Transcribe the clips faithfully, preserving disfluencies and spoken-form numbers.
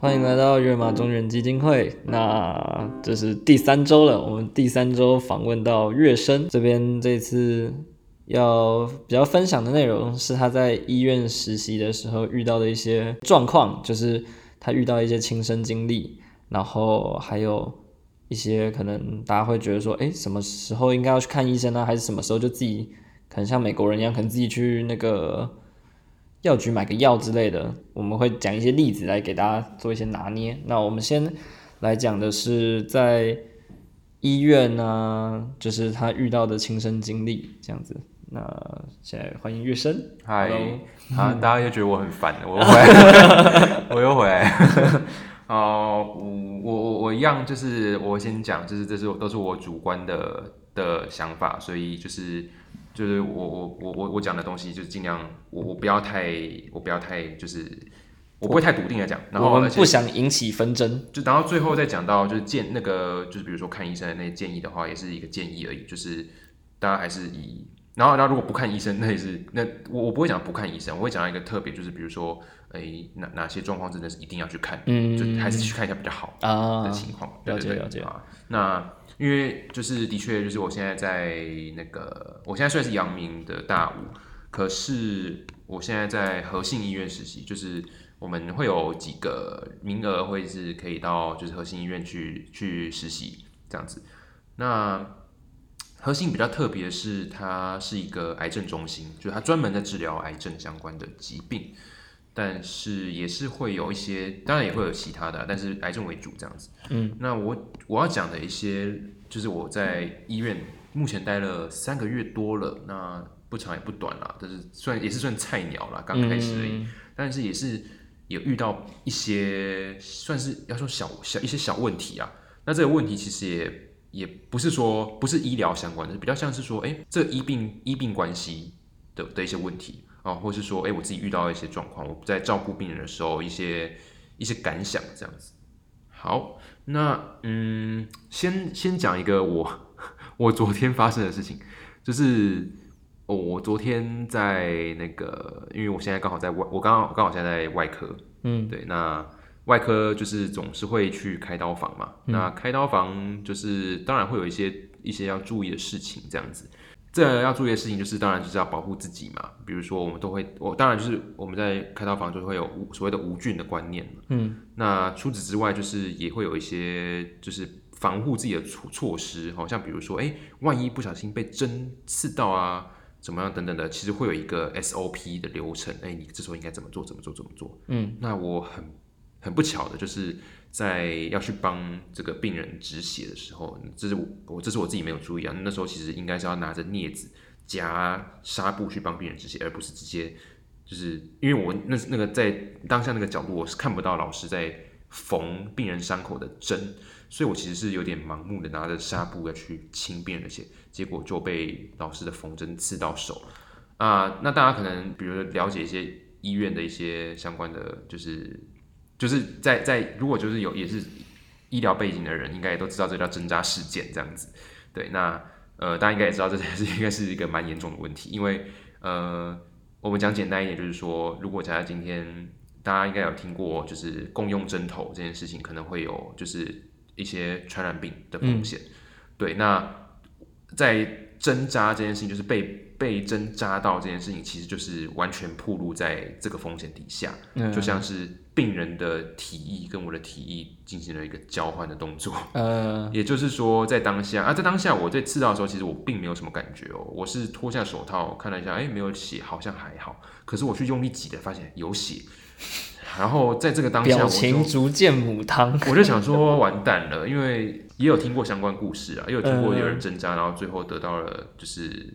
欢迎来到跃马中原基金会。那这是第三周了，我们第三周访问到乐生这边，这次要比较分享的内容是他在医院实习的时候遇到的一些状况，就是他遇到一些亲身经历，然后还有一些可能大家会觉得说，哎，什么时候应该要去看医生啊，还是什么时候就自己可能像美国人一样，可能自己去那个药局买个药之类的。我们会讲一些例子来给大家做一些拿捏。那我们先来讲的是在医院啊，就是他遇到的亲身经历这样子。那现在欢迎乐生。 嗨，啊，大家又觉得我很烦，我又回来，我又回来。哦、呃，我我我一样，就是我先讲，就是这是都是我主观的的想法，所以就是就是我我我我我讲的东西，就尽量我我不要太我不要太就是我不会太笃定的讲，然后我们不想引起纷争， 就然后最后再讲到就是建那个就是比如说看医生的那些建议的话，也是一个建议而已，就是大家还是以。然后，然后如果不看医生，那也是那我我不会讲不看医生，我会讲到一个特别，就是比如说，诶哪哪些状况真的是一定要去看，嗯，就还是去看一下比较好的情况。啊、 了解了解啊。那因为就是的确就是我现在在那个，我现在虽然是阳明的大五，可是我现在在和信医院实习，就是我们会有几个名额会是可以到就是和信医院去去实习这样子。那和信比较特别的是，它是一个癌症中心，就是它专门在治疗癌症相关的疾病，但是也是会有一些，当然也会有其他的，但是癌症为主这样子。嗯，那我我要讲的一些，就是我在医院目前待了三个月多了，那不长也不短啦，就是算也是算菜鸟啦，刚开始而已，嗯、但是也是有遇到一些算是要说小小一些小问题啊。那这个问题其实也。也不是说不是医疗相关的，比较像是说，哎，这医病医病关系 的, 的一些问题啊，或是说，哎，我自己遇到一些状况，我在照顾病人的时候一些一些感想这样子。好，那嗯，先先讲一个我我昨天发生的事情，就是哦，我昨天在那个，因为我现在刚好在外，我刚好刚好现在在外科，嗯，对，那。外科就是总是会去开刀房嘛，嗯、那开刀房就是当然会有一些一些要注意的事情，这样子。这要注意的事情就是当然就是要保护自己嘛，比如说我们都会，我当然就是我们在开刀房就会有所谓的无菌的观念嘛，嗯，那除此之外就是也会有一些就是防护自己的措施，好像比如说，哎，万一不小心被针刺到啊。怎么样等等的，其实会有一个 S O P 的流程，哎，你这时候应该怎么做，怎么做，怎么做？嗯，那我很。很不巧的，就是在要去帮这个病人止血的时候，这是我这是我自己没有注意啊。那时候其实应该是要拿着镊子夹纱布去帮病人止血，而不是直接就是因为我那那个在当下那个角度，我是看不到老师在缝病人伤口的针，所以我其实是有点盲目的拿着纱布要去清病人的血，结果就被老师的缝针刺到手啊、呃。那大家可能比如了解一些医院的一些相关的，就是。就是在在如果就是有也是医疗背景的人，应该也都知道这叫针扎事件这样子。对，那呃大家应该也知道这是应该是一个蛮严重的问题，因为呃我们讲简单一点，就是说，如果假设今天大家应该有听过，就是共用针头这件事情，可能会有就是一些传染病的风险。嗯、对，那在针扎这件事情，就是被。被针扎到这件事情，其实就是完全暴露在这个风险底下，嗯、就像是病人的体液跟我的体液进行了一个交换的动作。嗯、也就是说，在当下啊，在当下我在刺到的时候，其实我并没有什么感觉哦。我是脱下手套看了一下，哎，没有血，好像还好。可是我去用力挤的，发现有血。然后在这个当下， 表情逐渐母汤， 我就想说完蛋了，因为也有听过相关故事啊，也有听过有人针扎，然后最后得到了就是。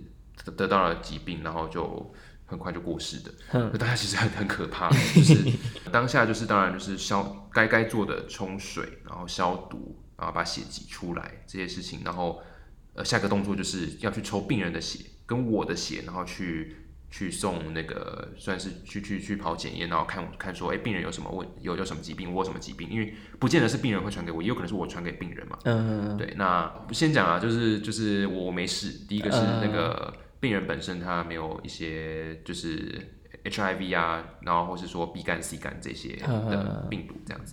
得到了疾病，然后就很快就过世的。嗯，大家其实很很可怕，就是当下就是当然就是消该该做的冲水，然后消毒，然后把血挤出来这些事情，然后呃下个动作就是要去抽病人的血跟我的血，然后去去送那个算是去去去跑检验，然后看看说哎病人有什么问有有什么疾病，我有什么疾病，因为不见得是病人会传给我，也有可能是我传给病人嘛。嗯，对，那先讲啊，就是就是我没事，第一个是那个。病人本身他没有一些就是 H I V 啊，然后或是说 B 肝、C 肝这些的病毒这样子。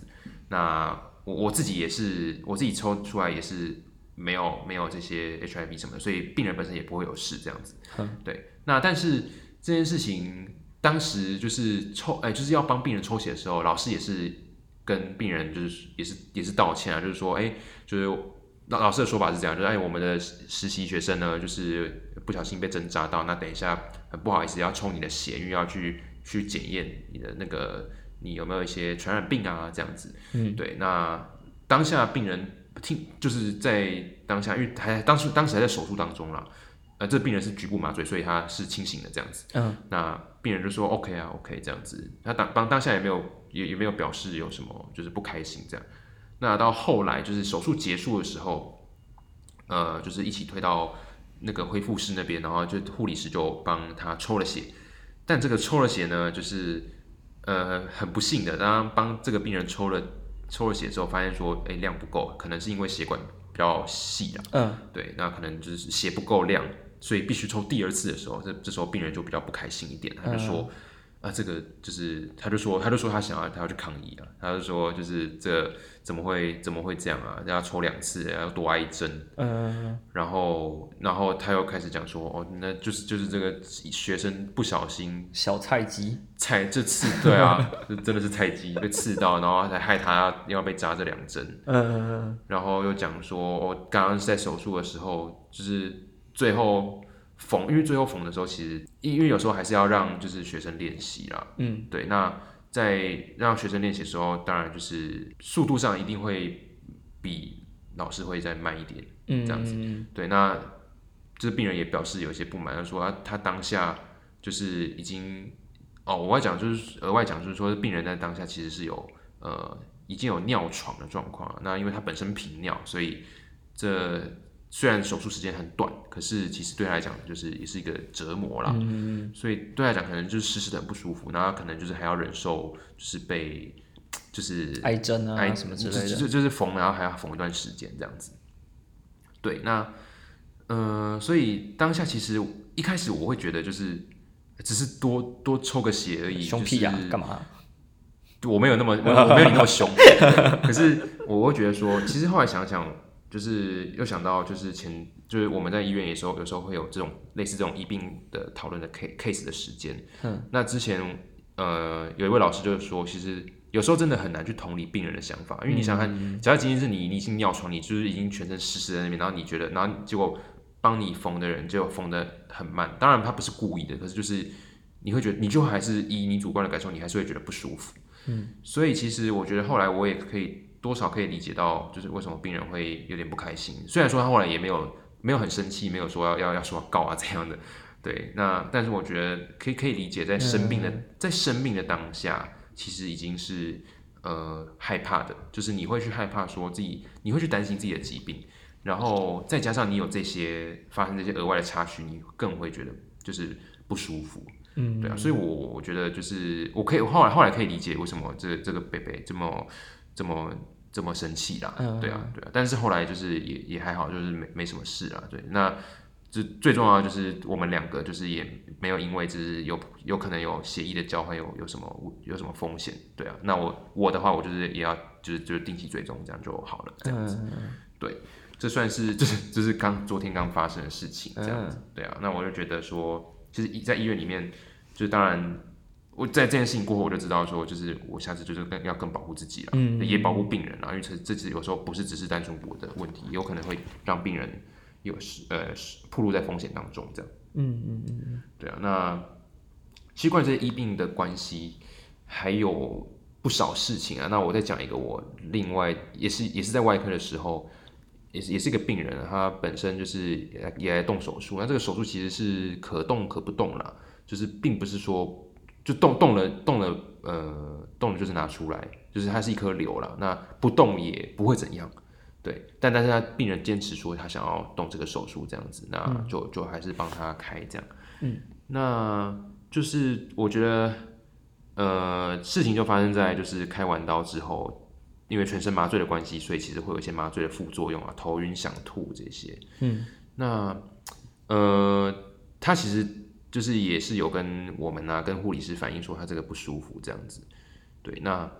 那我我自己也是，我自己抽出来也是没有没有这些 H I V 什么的，所以病人本身也不会有事这样子。对，那但是这件事情当时就是抽，哎、就是要帮病人抽血的时候，老师也是跟病人就是也是也是道歉啊，就是说，哎、就是老老师的说法是这样，就是哎，我们的实习学生呢，就是不小心被针扎到，那等一下很不好意思要抽你的血，因为要去去检验你的那个你有没有一些传染病啊这样子。嗯，对，那当下病人听就是在当下，因为还当时当时还在手术当中啦。呃，这病人是局部麻醉，所以他是清醒的这样子。嗯，那病人就说 OK 啊 OK 这样子，他当当当下也没有也也没有表示有什么就是不开心这样。那到后来就是手术结束的时候，呃，就是一起推到那个恢复室那边，然后就护理师就帮他抽了血。但这个抽了血呢，就是呃很不幸的，当帮这个病人抽了抽了血之后，发现说，哎、量不够，可能是因为血管比较细啦。嗯，对，那可能就是血不够量，所以必须抽第二次的时候，这这时候病人就比较不开心一点，他就说。嗯啊，这个就是他就说，他就说他想要他要去抗议啊，他就说就是这怎么会怎么会这样啊？要抽两次，要多挨一针，嗯，然后然后他又开始讲说，哦，那就是就是这个学生不小心小菜鸡， 菜这刺对啊，真的是菜鸡被刺到，然后才害他要被扎这两针，嗯，然后又讲说，我、哦、刚刚在手术的时候，就是最后。缝，因为最后缝的时候，其实因为有时候还是要让就是学生练习啦，嗯，对。那在让学生练习的时候，当然就是速度上一定会比老师会再慢一点，嗯，这样子。对，那这病人也表示有一些不满，他说他他当下就是已经哦，我外讲就是额外讲就是说，病人在当下其实是有呃已经有尿床的状况，那因为他本身频尿，所以这。虽然手术时间很短，可是其实对他来讲就是也是一个折磨啦。嗯，所以对他来讲可能就是时时的很不舒服，然后可能就是还要忍受就是被就是挨针啊什么之类的， 就就是缝，然后还要缝一段时间这样子。对，那呃，所以当下其实一开始我会觉得就是只是多多抽个血而已， 凶屁呀、啊，干、就是、嘛？ 我没有那么我没有你那么凶，可是我会觉得说，其实后来想想。就是又想到，就是前就是我们在医院有时候有时候会有这种类似这种医病的讨论的 case 的时间。嗯，那之前呃有一位老师就是说，其实有时候真的很难去同理病人的想法，因为你想想看，假如今天是你你已经尿床，你就是已经全身湿湿在那边，然后你觉得，然后结果帮你缝的人就缝得很慢，当然他不是故意的，可是就是你会觉得，你就还是以你主观的感受，你还是会觉得不舒服。嗯，所以其实我觉得后来我也可以。多少可以理解到，就是为什么病人会有点不开心。虽然说他后来也没有没有很生气，没有说要要要说要告啊这样的，对。那但是我觉得可以可以理解，在生病的、嗯、在生病的当下，其实已经是呃害怕的，就是你会去害怕说自己，你会去担心自己的疾病，然后再加上你有这些发生这些额外的插曲，你更会觉得就是不舒服。嗯，对啊。所以我我觉得就是我可以后来后来可以理解为什么这这个贝贝这么。这么这么生气啦，嗯、对啊，对啊，但是后来就是也也还好，就是没没什么事啦，对，那这最重要的就是我们两个就是也没有因为就是有有可能有协议的交换有有什么有什么风险，对啊，那我我的话我就是也要就是就是定期追踪这样就好了，这样子，嗯、对，这算是就是就是刚昨天刚发生的事情这样子，嗯、对啊，那我就觉得说，其实在医院里面，就是当然。我在这件事情过后，我就知道说，就是我下次就是更要更保护自己了，嗯、也保护病人啦，因为这这有时候不是只是单纯我的问题，有可能会让病人有呃暴露在风险当中，这样。嗯嗯嗯，对啊。那其实关于这些医病的关系，还有不少事情啊。那我再讲一个，我另外也是也是在外科的时候，也是也是一个病人，他本身就是也也来动手术，那这个手术其实是可动可不动啦，就是并不是说。就动动了动了，呃，动了就是拿出来，就是它是一颗瘤啦，那不动也不会怎样，对。但但是他病人坚持说他想要动这个手术这样子，那就就还是帮他开这样。嗯，那就是我觉得，呃，事情就发生在就是开完刀之后，因为全身麻醉的关系，所以其实会有一些麻醉的副作用啊，头晕、想吐这些。嗯，那呃，他其实。就是也是有跟我们啊，跟护理师反映说他这个不舒服这样子，对，那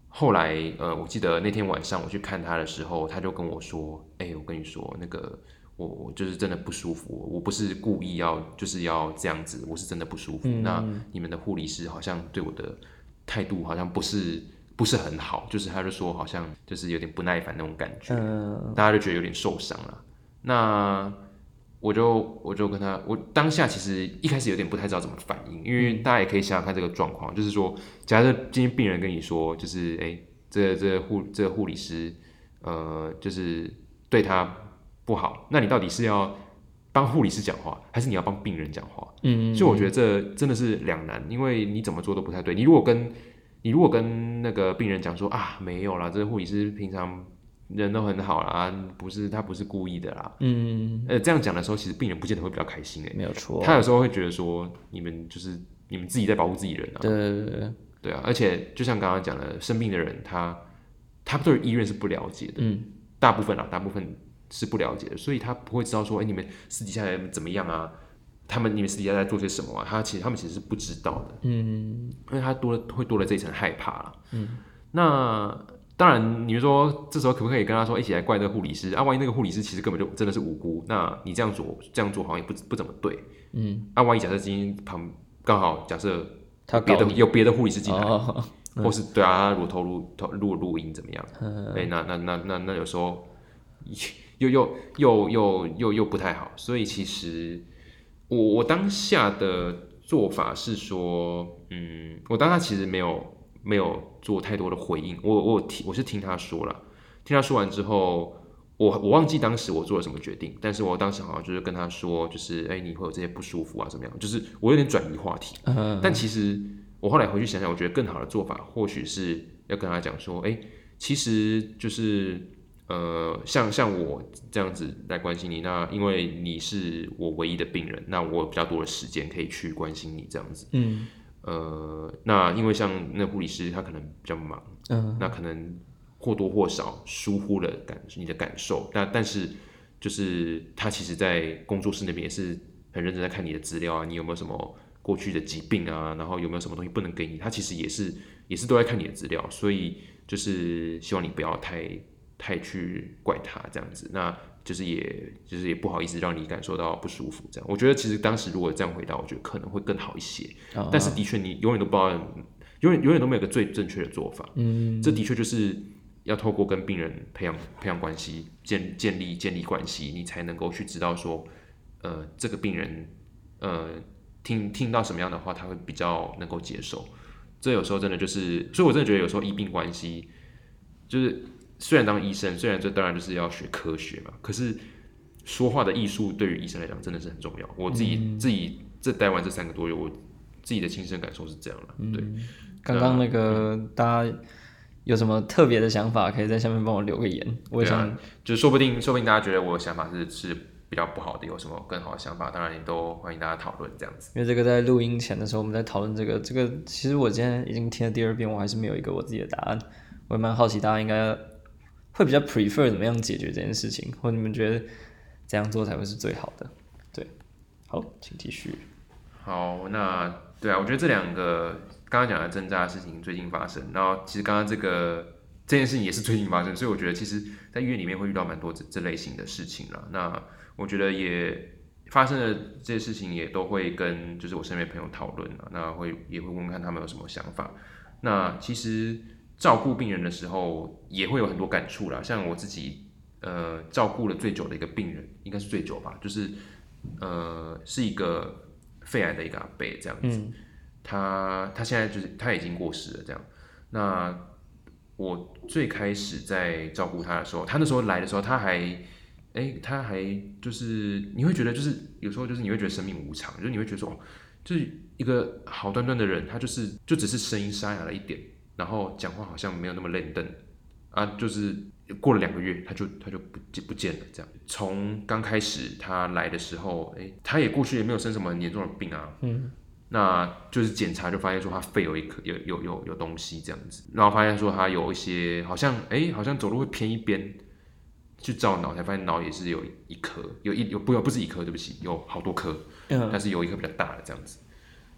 后来呃，我记得那天晚上我去看他的时候，他就跟我说：“哎、欸，我跟你说，那个我我就是真的不舒服，我不是故意要就是要这样子，我是真的不舒服。嗯、那你们的护理师好像对我的态度好像不是不是很好，就是他就说好像就是有点不耐烦那种感觉，嗯、大家就觉得有点受伤了。那我就我就跟他，我当下其实一开始有点不太知道怎么反应，因为大家也可以想想看这个状况，就是说，假设今天病人跟你说，就是哎、欸，这这护这个护理师，呃，就是对他不好，那你到底是要帮护理师讲话，还是你要帮病人讲话？嗯，所以我觉得这真的是两难，因为你怎么做都不太对。你如果跟你如果跟那个病人讲说啊，没有啦，这个护理师平常人都很好啦，不是他不是故意的啦。嗯，呃，这样讲的时候，其实病人不见得会比较开心诶。 没有错， 他有时候会觉得说，你们就是你们自己在保护自己人啊。 对对对对啊，而且就像刚刚讲的，生病的人他他对医院是不了解的，嗯，大部分啊，大部分是不了解的，所以他不会知道说，哎、欸，你们私底下怎么样啊？他们你们私底下在做些什么啊？他其实他们其实是不知道的，嗯，因为他多了会多了这一层害怕啦，嗯，那。当然，你说这时候可不可以跟他说一起来怪那个护理师啊？万一那个护理师其实根本就真的是无辜，那你这样做这样做好像也不不怎么对。嗯，啊，万一假设今天旁刚好假设他别的有别的护理师进来，哦嗯、或是对啊，他如果投入投录录音怎么样？嗯，对，那那那那那有时候又又又又又又不太好，所以其实我我当下的做法是说，嗯，我当下其实没有。没有做太多的回应，我我听我是听他说了，听他说完之后，我我忘记当时我做了什么决定，但是我当时好像就是跟他说，就是哎、欸，你会有这些不舒服啊，怎么样？就是我有点转移话题，嗯、但其实我后来回去想想，我觉得更好的做法，或许是要跟他讲说，哎、欸，其实就是呃，像像我这样子来关心你，那因为你是我唯一的病人，那我有比较多的时间可以去关心你这样子，嗯。呃，那因为像那护理师他可能比较忙，嗯，那可能或多或少疏忽了感你的感受，但但是就是他其实在工作室那边也是很认真在看你的资料啊，你有没有什么过去的疾病啊，然后有没有什么东西不能给你，他其实也是也是都在看你的资料，所以就是希望你不要太太去怪他这样子，那就是也就是也不好意思让你感受到不舒服这样，我觉得其实当时如果这样回答，我觉得可能会更好一些，哦、但是的确你永远都不知道，永远永远都没有个最正确的做法，嗯，这的确就是要透过跟病人培养培养关系，建建立建立关系，你才能够去知道说，呃，这个病人呃听听到什么样的话，他会比较能够接受，这有时候真的就是，所以我真的觉得有时候医病关系就是。虽然当医生，虽然这当然就是要学科学嘛，可是说话的艺术对于医生来讲真的是很重要。我自己、嗯、自己这待完这三个多月，我自己的亲身感受是这样了。对， 刚刚、嗯、那个、嗯、大家有什么特别的想法，可以在下面帮我留个言。我想， 啊、就是说不定，说不定大家觉得我的想法是是比较不好的，有什么更好的想法，当然也都欢迎大家讨论这样子。 因为这个在录音前的时候，我们在讨论这个，这个其实我今天已经听了第二遍，我还是没有一个我自己的答案。我也蛮好奇，大家应该。会比较 prefer 怎么样解决这件事情，或你们觉得怎样做才会是最好的？对，好，请继续。 好，那对啊，我觉得这两个刚刚讲的挣扎的事情最近发生，然后其实刚刚这个这件事情也是最近发生，所以我觉得其实在医院里面会遇到蛮多这这类型的事情啦。那我觉得也发生的这些事情也都会跟就是我身边的朋友讨论啊，那会也会问问看他们有什么想法。那其实。照顾病人的时候也会有很多感触啦，像我自己呃照顾了最久的一个病人，应该是最久吧，就是呃是一个肺癌的一个阿伯这样子，嗯、他他现在就是他已经过世了这样。那我最开始在照顾他的时候，他那时候来的时候，他还哎、欸、他还就是你会觉得就是有时候就是你会觉得生命无常，就是你会觉得说哦，就是一个好端端的人，他就是就只是声音沙哑了一点。然后讲话好像没有那么认真啊，就是过了两个月，他就他就不不见了这样。从刚开始他来的时候，哎，他也过去也没有生什么很严重的病啊，嗯，那就是检查就发现说他肺有一颗有有有有东西这样子，然后发现说他有一些好像哎好像走路会偏一边，去照脑才发现脑也是有一颗，有一有不不是一颗，对不起，有好多颗，嗯，但是有一颗比较大的这样子。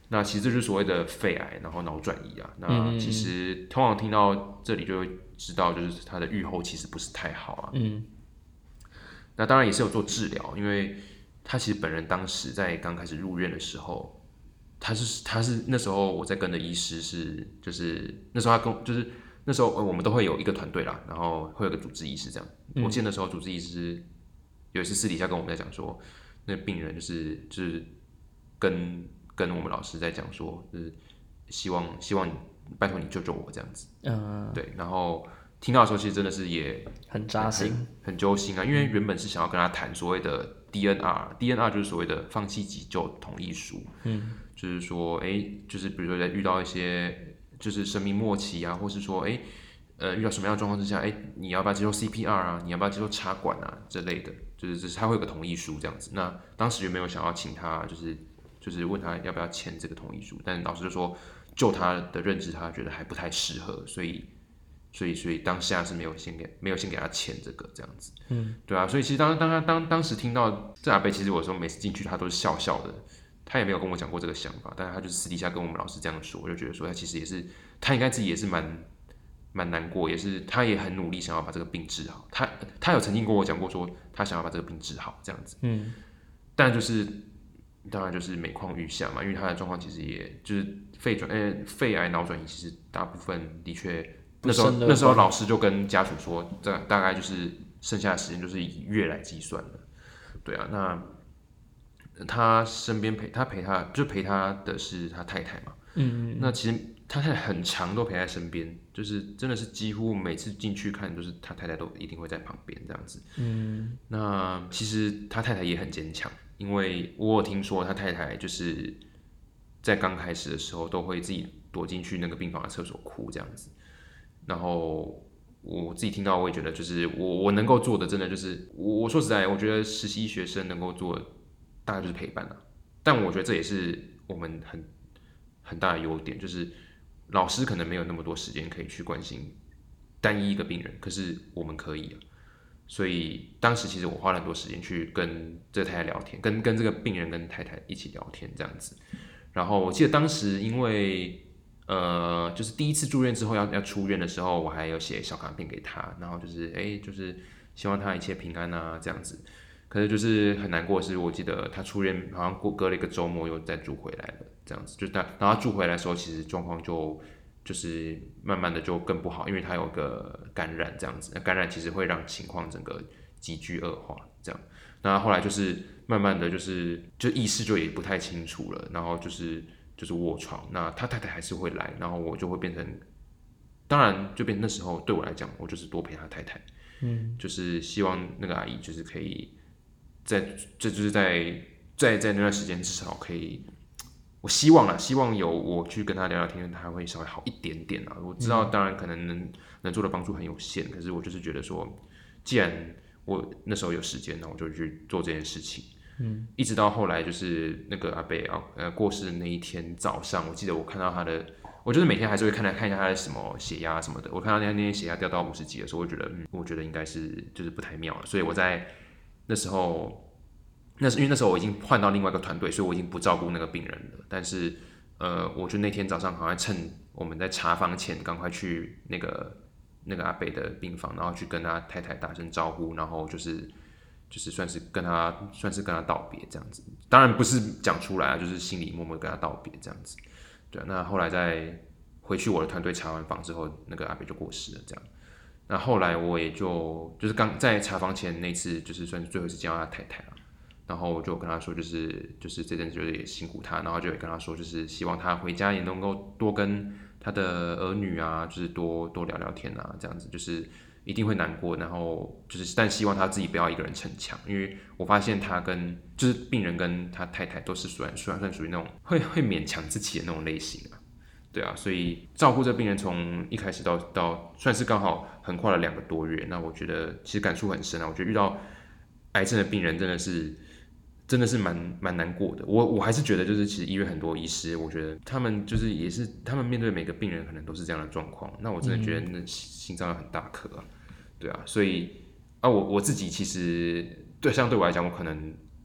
那其实这就是所谓的肺癌，然后脑转移啊。那其实通常听到这里就会知道，就是他的预后其实不是太好啊。 嗯， 那当然也是有做治疗，因为他其实本人当时在刚开始入院的时候，他是他是那时候我在跟的医师是，就是那时候他跟就是那时候我们都会有一个团队啦，然后会有个主治医师这样。嗯、我记得那时候主治医师有一次私底下跟我们在讲说，那病人就是就是跟跟我们老师在讲说，就是希望希望拜托你救救我这样子。嗯，对，然后。听到的时候，其实真的是也很扎心， 很很揪心啊！因为原本是想要跟他谈所谓的 D N R，D N R 就是所谓的放弃急救同意书，嗯，就是说，哎、欸，就是比如说在遇到一些就是生命末期啊，或是说，哎、欸，呃，遇到什么样的状况之下，哎、欸，你要不要接受 C P R 啊？你要不要接受插管啊？之类的，就是就是他会有个同意书这样子。那当时有没有想要请他，就是就是问他要不要签这个同意书？但老师就说，就他的认知，他觉得还不太适合，所以。所以，所以当下是没有先给没有先给他签这个这样子，嗯，对啊，所以其实当当他当当时听到这阿伯，其实我说每次进去他都是笑笑的，他也没有跟我讲过这个想法，但是他就是私底下跟我们老师这样说，我就觉得说他其实也是他应该自己也是蛮蛮难过，也是他也很努力想要把这个病治好，他他有曾经跟我讲过说他想要把这个病治好这样子，嗯，但就是当然就是每况愈下嘛，因为他的状况其实也就是肺转呃肺癌脑转移，其实大部分的确。那时候，那时候老师就跟家属说，这大概就是剩下的时间就是以月来计算的，对啊。那他身边陪他陪他就陪他的是他太太嘛，嗯，那其实他太太很长都陪在身边，就是真的是几乎每次进去看，就是他太太都一定会在旁边这样子，嗯。那其实他太太也很坚强，因为我有听说他太太就是在刚开始的时候都会自己躲进去那个病房的厕所哭这样子。然后我自己听到，我也觉得，就是我我能够做的，真的就是我我说实在，我觉得实习学生能够做的，大概就是陪伴了。但我觉得这也是我们很很大的优点，就是老师可能没有那么多时间可以去关心单一一个病人，可是我们可以啊。所以当时其实我花了很多时间去跟这个太太聊天，跟跟这个病人跟太太一起聊天这样子。然后我记得当时因为。呃，就是第一次住院之后要要出院的时候，我还有写小卡片给他，然后就是哎、欸，就是希望他一切平安啊这样子。可是就是很难过的是，我记得他出院好像过隔了一个周末又再住回来了这样子。就是他，然后他住回来的时候，其实状况就就是慢慢的就更不好，因为他有个感染这样子。那感染其实会让情况整个急剧恶化这样。那后来就是慢慢的就是就意识就也不太清楚了，然后就是。就是卧床，那他太太还是会来，然后我就会变成，当然就变成那时候对我来讲，我就是多陪他太太，嗯，就是希望那个阿姨就是可以在，这就是在在在那段时间至少可以，我希望啦，希望有我去跟他聊聊天，他会稍微好一点点啊。我知道，当然可能能能做的帮助很有限，可是我就是觉得说，既然我那时候有时间，那我就去做这件事情。嗯，一直到后来就是那个阿伯啊，呃过世的那一天早上，我记得我看到他的，我就是每天还是会看来看一下他的什么血压什么的。我看到那天那天血压掉到五十几的时候，我觉得，嗯，我觉得应该是就是不太妙了。所以我在那时候，那是因为那时候我已经换到另外一个团队，所以我已经不照顾那个病人了。但是，呃，我就那天早上好像趁我们在查房前，赶快去那个那个阿伯的病房，然后去跟他太太打声招呼，然后就是。就是算是跟他算是跟他道别这样子，当然不是讲出来啊，就是心里默默跟他道别这样子。对啊，那后来在回去我的团队查完房之后，那个阿北就过世了这样。那后来我也就就是刚在查房前那次，就是算是最后一次见到他太太了。然后我就跟他说，就是就是这阵子就是也辛苦他，然后就也跟他说，就是希望他回家也能够多跟他的儿女啊，就是多多聊聊天啊，这样子就是。一定会难过，然后就是，但希望他自己不要一个人逞强，因为我发现他跟就是病人跟他太太都是算算算属于那种会会勉强自己的那种类型啊，对啊，所以照顾这病人从一开始到到算是刚好横跨了两个多月，那我觉得其实感触很深啊，我觉得遇到癌症的病人真的是。真的是蛮蛮难过的，我我还是觉得就是其实医院很多医师，我觉得他们就是也是他们面对每个病人可能都是这样的状况，那我真的觉得那心脏很大颗啊，对啊，所以啊我我自己其实对相对我来讲，我可能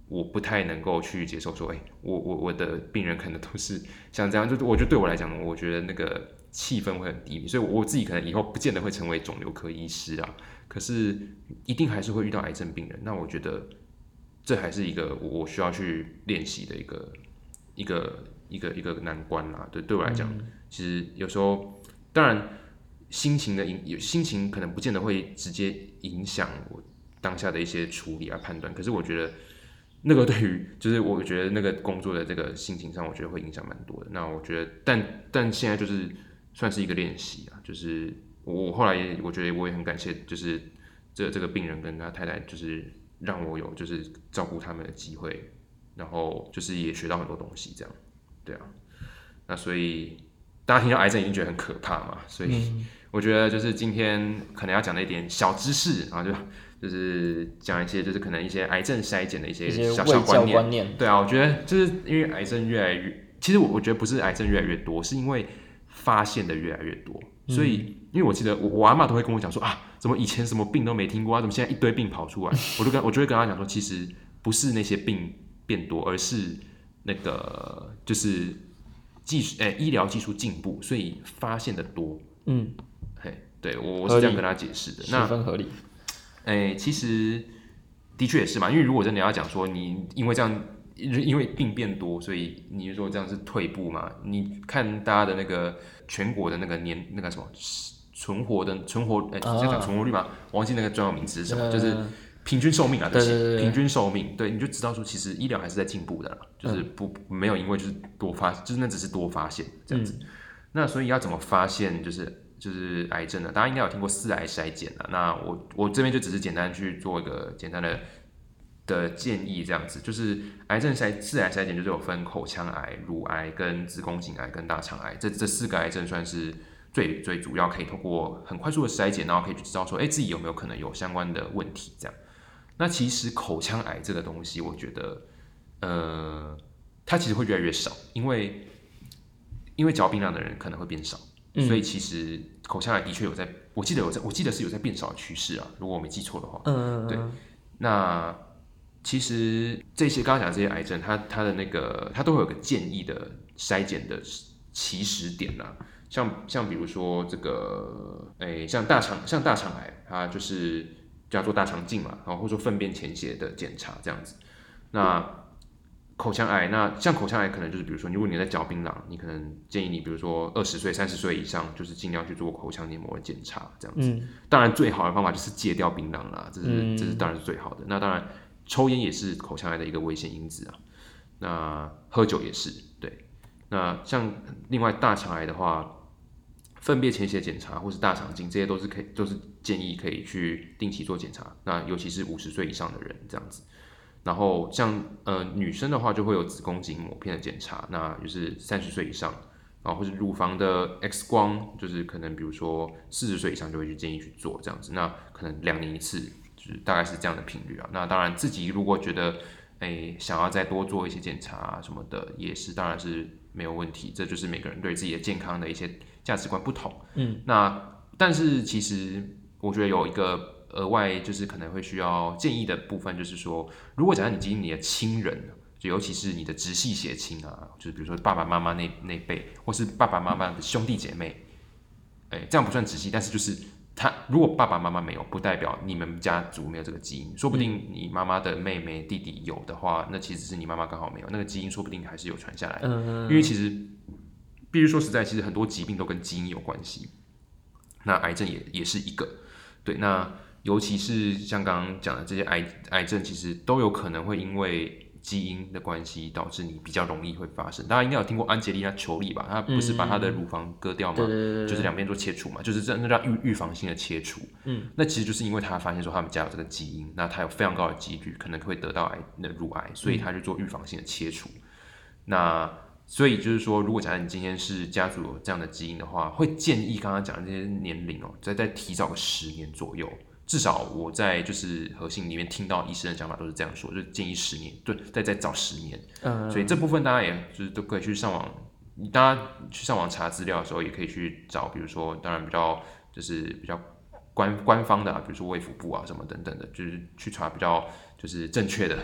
我不太能够去接受说，哎、欸，我我我的病人可能都是像这样，就我觉得对我来讲，我觉得那个气氛会很低迷，所以我自己可能以后不见得会成为肿瘤科医师啊，可是一定还是会遇到癌症病人。那我觉得这还是一个我需要去练习的一个一个一个一个难关啦。对，对我来讲，嗯、其实有时候当然心情的影，心情可能不见得会直接影响我当下的一些处理啊判断，可是我觉得。那个对于就是我觉得那个工作的这个心情上，我觉得会影响蛮多的。那我觉得，但但现在就是算是一个练习啊，就是我后来也我觉得我也很感谢，就是这这个病人跟他太太，就是让我有就是照顾他们的机会，然后就是也学到很多东西，这样，对啊。那所以大家听到癌症已经觉得很可怕嘛，所以我觉得就是今天可能要讲的一点小知识，然后就。就是讲一些，就是可能一些癌症筛检的一些小小观念。 观念对啊，我觉得就是因为癌症越来越，其实我我觉得不是癌症越来越多，是因为发现的越来越多。所以，因为我记得我我阿嬷都会跟我讲说啊，怎么以前什么病都没听过啊，怎么现在一堆病跑出来？我就跟我就会跟他讲说，其实不是那些病变多，而是那个就是技术诶、欸、医疗技术进步，所以发现的多。嗯，嘿，对我我是这样跟他解释的， 十分合理。 哎、欸，其实的确也是嘛，因为如果真的要讲说你因为这样，因为病变多，所以你说这样是退步嘛？你看大家的那个全国的那个年那个什么存活的存活，哎、欸，你在讲存活率吗？我忘记那个专有名词是什么，呃、就是平均寿命啊，对不起，平均寿命，对，你就知道说其实医疗还是在进步的啦，就是不、嗯、没有因为就是多发，就是那只是多发现这样子。嗯、那所以要怎么发现就是？就是癌症的，大家应该有听过四癌筛检的。那我我这边就只是简单去做一个简单的的建议，这样子。就是癌症筛四癌筛检就是有分口腔癌、乳癌跟子宫颈癌跟大肠癌，这这四个癌症算是最最主要可以透过很快速的筛检，然后可以去知道说，哎、欸，自己有没有可能有相关的问题这样。那其实口腔癌这个东西，我觉得，呃，它其实会越来越少，因为因为嚼槟榔的人可能会变少。所以其实口腔癌的确有在，我记得有在，我记得是有在变少的趋势啊，如果我没记错的话。嗯，对。那其实这些刚刚讲的这些癌症，它它的那个它都会有个建议的筛检的起始点啦。像像比如说这个，诶，像大肠像大肠癌，它就是叫做大肠镜嘛，然后或者说粪便潜血的检查这样子。那口腔癌，那像口腔癌可能就是，比如说，如果你在嚼槟榔，你可能建议你，比如说二十岁、三十岁以上，就是尽量去做口腔黏膜的检查，这样子。嗯、当然，最好的方法就是戒掉槟榔啦，这是、嗯、这是当然是最好的。那当然，抽烟也是口腔癌的一个危险因子啊。那喝酒也是，对。那像另外大肠癌的话，粪便潜血检查或是大肠镜，这些都是可以，都是建议可以去定期做检查。那尤其是五十岁以上的人，这样子。然后像呃女生的话，就会有子宫颈抹片的检查，那就是三十岁以上，然后或是乳房的 X 光，就是可能比如说四十岁以上就会去建议去做这样子，那可能两年一次，就是大概是这样的频率啊。那当然自己如果觉得哎想要再多做一些检查啊什么的，也是当然是没有问题，这就是每个人对自己的健康的一些价值观不同。嗯，那但是其实我觉得有一个。额外就是可能会需要建议的部分，就是说，如果假设你今天你的亲人，就尤其是你的直系血亲啊，就是比如说爸爸妈妈那那辈，或是爸爸妈妈的兄弟姐妹，哎、欸，这样不算直系，但是就是他如果爸爸妈妈没有，不代表你们家族没有这个基因，说不定你妈妈的妹妹弟弟有的话，那其实是你妈妈刚好没有，那个基因说不定还是有传下来的，因为其实必须说实在，其实很多疾病都跟基因有关系，那癌症也也是一个，对，那。尤其是像刚刚讲的这些癌癌症，其实都有可能会因为基因的关系导致你比较容易会发生。大家应该有听过安吉丽娜·裘丽吧？她不是把她的乳房割掉吗？嗯、就是两边做切除嘛，就是这那叫预预防性的切除。嗯，那其实就是因为她发现说他们家有这个基因，那她有非常高的几率可能会得到癌的乳癌，所以她去做预防性的切除。嗯、那所以就是说，如果假设你今天是家族有这样的基因的话，会建议刚刚讲的这些年龄哦，再再提早个十年左右。至少我在就是核心里面听到医生的讲法都是这样说，就建议十年，对，再再早十年。嗯，所以这部分大家也就是都可以去上网，大家去上网查资料的时候，也可以去找，比如说当然比较就是比较官官方的、啊，比如说卫福部啊什么等等的，就是去查比较就是正确的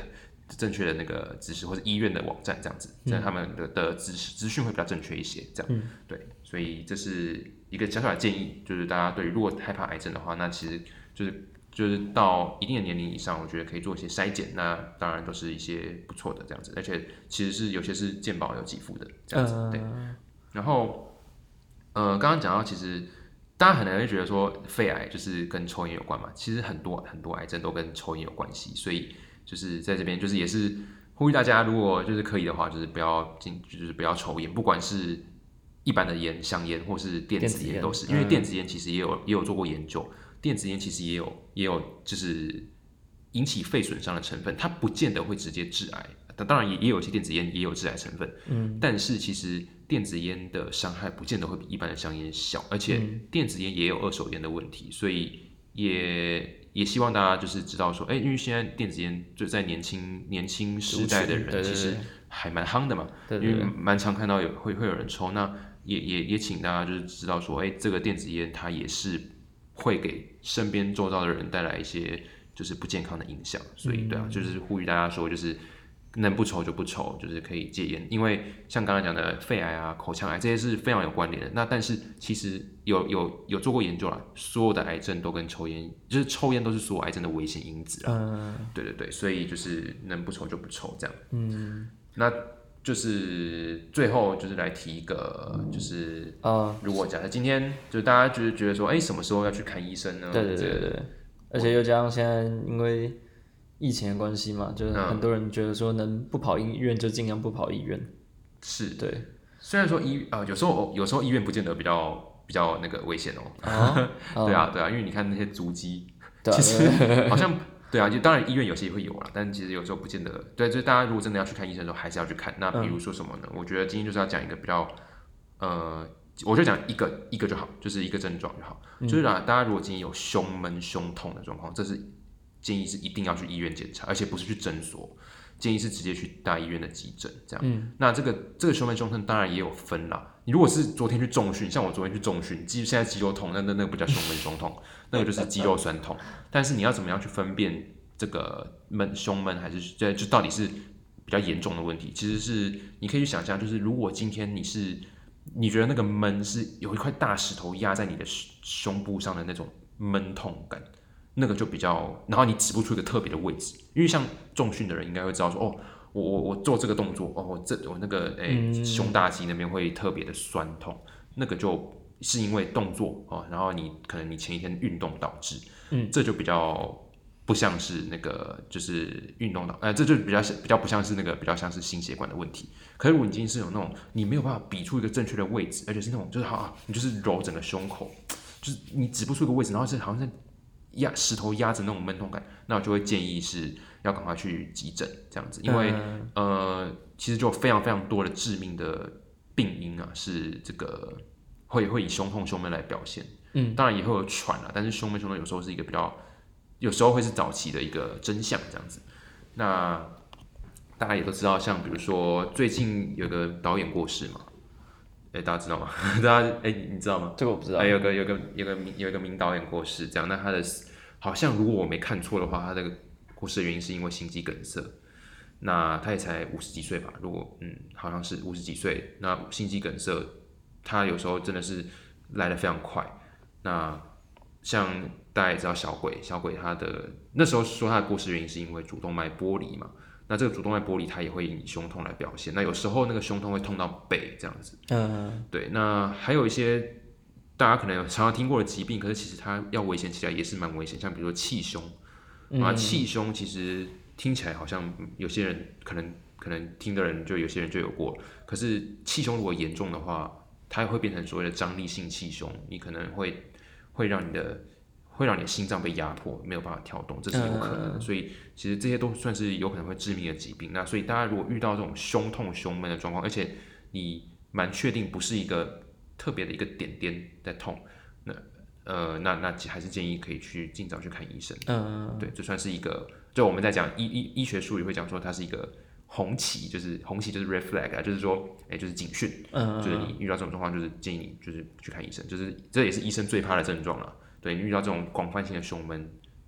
正确的那个知识，或者医院的网站这样子，这样他们的的资资讯会比较正确一些，这样、嗯、对，所以这是一个小小的建议，就是大家对于如果害怕癌症的话，那其实就是就是到一定的年龄以上，我觉得可以做一些筛检，那当然都是一些不错的这样子，而且其实是有些是健保有给付的这样子，呃、对，然后呃刚刚讲到其实。大家可能会觉得说肺癌就是跟抽烟有关嘛，其实很多很多癌症都跟抽烟有关系，所以就是在这边就是也是呼吁大家，如果就是可以的话，就是不要进，就是不要抽烟，不管是一般的烟、香烟或是电子烟都是，因为电子烟其实也有也有做过研究，电子烟其实也有也有就是引起肺损伤的成分，它不见得会直接致癌，当然也也有一些电子烟也有致癌成分，嗯，但是其实。电子烟的伤害不见得会比一般的香烟小，而且电子烟也有二手烟的问题，所以也也希望大家就是知道说，哎、欸，因为现在电子烟就在年轻年轻时代的人其实还蛮夯的嘛，对对对，因为蛮常看到有会会有人抽，那也也也请大家就是知道说，哎、欸，这个电子烟它也是会给身边周遭的人带来一些就是不健康的影响，所以对啊，就是呼吁大家说就是。能不抽就不抽，就是可以戒烟，因为像刚才讲的肺癌啊、口腔癌这些是非常有关联的。那但是其实有有有做过研究啦，所有的癌症都跟抽烟，就是抽烟都是所有癌症的危险因子啊。嗯，对对对，所以就是能不抽就不抽这样。嗯，那就是最后就是来提一个，就是啊，如果假设今天就是大家就是觉得说，哎、欸，什么时候要去看医生呢？ 对对对对，而且又加上现在因为。疫情的关系嘛，就是很多人觉得说能不跑医院就尽量不跑医院。 是， 对。 虽然说医呃有时候有时候医院不见得比较比较那个危险哦。哦对啊对啊，因为你看那些足迹，啊、其实好像对啊，就当然医院有些也会有啦，但其实有时候不见得。对，就是大家如果真的要去看医生的时候，还是要去看。那比如说什么呢？嗯、我觉得今天就是要讲一个比较呃，我就讲一个一个就好，就是一个症状就好。嗯、就是啊，大家如果今天有胸闷、胸痛的状况，这是。建议是一定要去医院检查，而且不是去诊所，建议是直接去大医院的急诊这样。嗯，那这个这个胸闷胸痛当然也有分啦。你如果是昨天去重训，像我昨天去重训，肌现在肌肉痛，那那那个不叫胸闷胸痛，那个就是肌肉酸痛。但是你要怎么样去分辨这个闷胸闷还是就就到底是比较严重的问题？其实是你可以去想象，就是如果今天你是你觉得那个闷是有一块大石头压在你的胸部上的那种闷痛感。那个就比较，然后你指不出一个特别的位置，因为像重训的人应该会知道说，哦，我我我做这个动作，哦，我这我那个诶、欸、胸大肌那边会特别的酸痛，那个就是因为动作哦，然后你可能你前一天运动导致，嗯，这就比较不像是那个就是运动导，呃，这就比较比较不像是那个比较像是心血管的问题。可是如果你今天是有那种你没有办法比出一个正确的位置，而且是那种就是好，你就是揉整个胸口，就是你指不出一个位置，然后是好像在。压石头压着那种闷痛感，那我就会建议是要赶快去急诊这样子，因为、嗯、呃，其实就有非常非常多的致命的病因啊，是这个会会以胸痛、胸闷来表现。嗯，当然也会有喘啊，但是胸闷、胸痛有时候是一个比较，有时候会是早期的一个真相这样子。那大家也都知道，像比如说最近有个导演过世嘛。哎、欸，大家知道吗？大家哎、欸，你知道吗？ 这个我不知道。 哎、欸，有个有个有个有一个名导演过世，这样。那他的好像如果我没看错的话，他的过世的原因是因为心肌梗塞。那他也才五十几岁吧？如果嗯，好像是五十几岁。那心肌梗塞，他有时候真的是来得非常快。那像大家也知道小鬼，小鬼他的那时候说他的过世原因是因为主动脉剥离嘛。那这个主动脉剥离，它也会以胸痛来表现。那有时候那个胸痛会痛到背这样子。嗯，对。那还有一些大家可能有常常听过的疾病，可是其实它要危险起来也是蛮危险，像比如说气胸。啊，气胸其实听起来好像有些人可能可能听的人就有些人就有过，可是气胸如果严重的话，它会变成所谓的张力性气胸，你可能会会让你的。会让你的心脏被压迫，没有办法跳动，这是有可能的。所以其实这些都算是有可能会致命的疾病。那所以大家如果遇到这种胸痛、胸闷的状况，而且你蛮确定不是一个特别的一个点点在痛，那呃那那还是建议可以去尽早去看医生。嗯，对，这算是一个，就我们在讲医医医学术语会讲说它是一个红旗，就是红旗就是 red flag 啊，就是说哎、欸、就是警讯，嗯，就是你遇到这种状况，就是建议你就是去看医生，就是这也是医生最怕的症状了。对，你遇到这种广泛性的胸闷，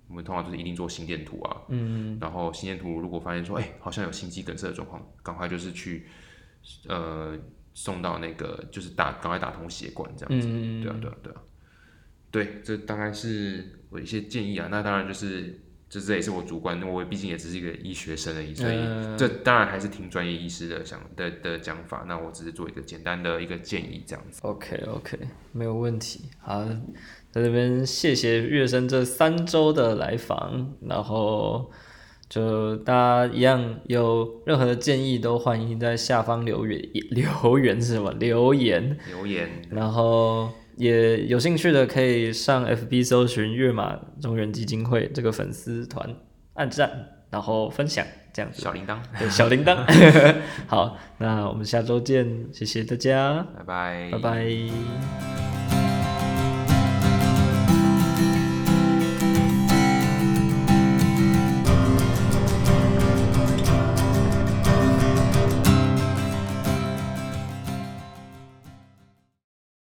我们通常就是一定做心电图啊， 嗯， 然后心电图如果发现说，哎、欸，好像有心肌梗塞的状况，赶快就是去呃送到那个就是打赶快打通血管这样子，嗯、对啊对啊对啊，对，这大概是我一些建议啊。那当然就是这这也是我主观，我毕竟也只是一个医学生而已，所以这当然还是听专业医师的想的的讲法。那我只是做一个简单的一个建议这样子。 OK OK， 没有问题。好，在这边谢谢月生这三周的来访，然后就大家一样有任何的建议都欢迎在下方留言，留言是什么？留言留言， 然后也有兴趣的可以上 F B 搜寻月马中原基金会这个粉丝团按赞，然后分享这样子。 小铃铛， 对，小铃铛。好，那我们下周见，谢谢大家， 拜拜， 拜拜。